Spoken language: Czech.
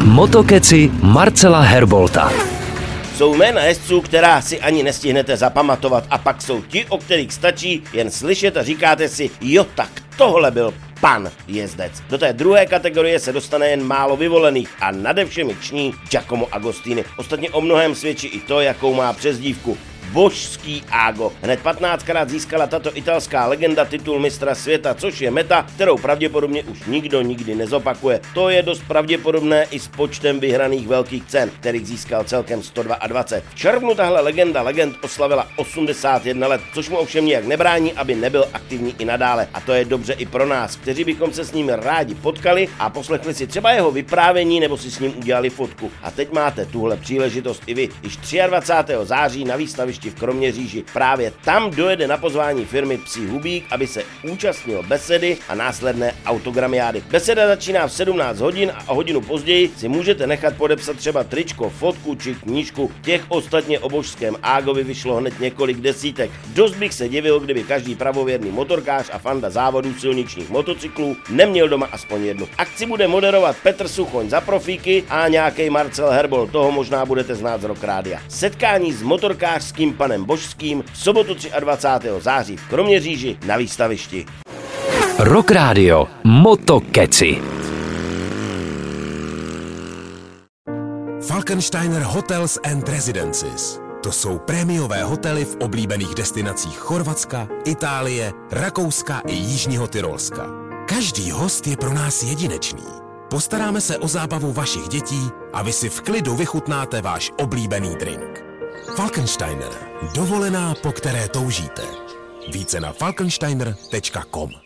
Motokeci Marcela Herbolta. Jsou jména jezdců, která si ani nestihnete zapamatovat, a pak jsou ti, o kterých stačí jen slyšet a říkáte si, jo, tak tohle byl pan jezdec. Do té druhé kategorie se dostane jen málo vyvolených a nade všemi ční Giacomo Agostini. Ostatně o mnohem svědčí i to, jakou má přezdívku. Božský Ágo. Hned 15krát získala tato italská legenda titul mistra světa, což je meta, kterou pravděpodobně už nikdo nikdy nezopakuje. To je dost pravděpodobné i s počtem vyhraných velkých cen, kterých získal celkem 122. V červnu tahle legenda legend oslavila 81 let, což mu ovšem nijak nebrání, aby nebyl aktivní i nadále. A to je dobře i pro nás, kteří bychom se s ním rádi potkali a poslechli si třeba jeho vyprávění nebo si s ním udělali fotku. A teď máte tuhle příležitost i vy. Již 23. září na výstavišti v Kroměříži. Právě tam dojede na pozvání firmy Psí hubík, aby se účastnil besedy a následné autogramiády. Beseda začíná v 17 hodin a o hodinu později si můžete nechat podepsat třeba tričko, fotku či knížku. Těch ostatně o božském Ágovi vyšlo hned několik desítek. Dost bych se divil, kdyby každý pravověrný motorkář a fanda závodů silničních motocyklů neměl doma aspoň jednu. Akci bude moderovat Petr Suchoň za profíky a nějaký Marcel Herbolt, toho možná budete znát z Rock Rádia. Setkání s motorkářským panem Božským v sobotu 23. září v Kroměříži na výstavišti. Rock Radio Motokeci. Falkensteiner Hotels and Residences. To jsou prémiové hotely v oblíbených destinacích Chorvatska, Itálie, Rakouska i Jižního Tyrolska. Každý host je pro nás jedinečný. Postaráme se o zábavu vašich dětí a vy si v klidu vychutnáte váš oblíbený drink. Falkensteiner. Dovolená, po které toužíte. Více na falkensteiner.com.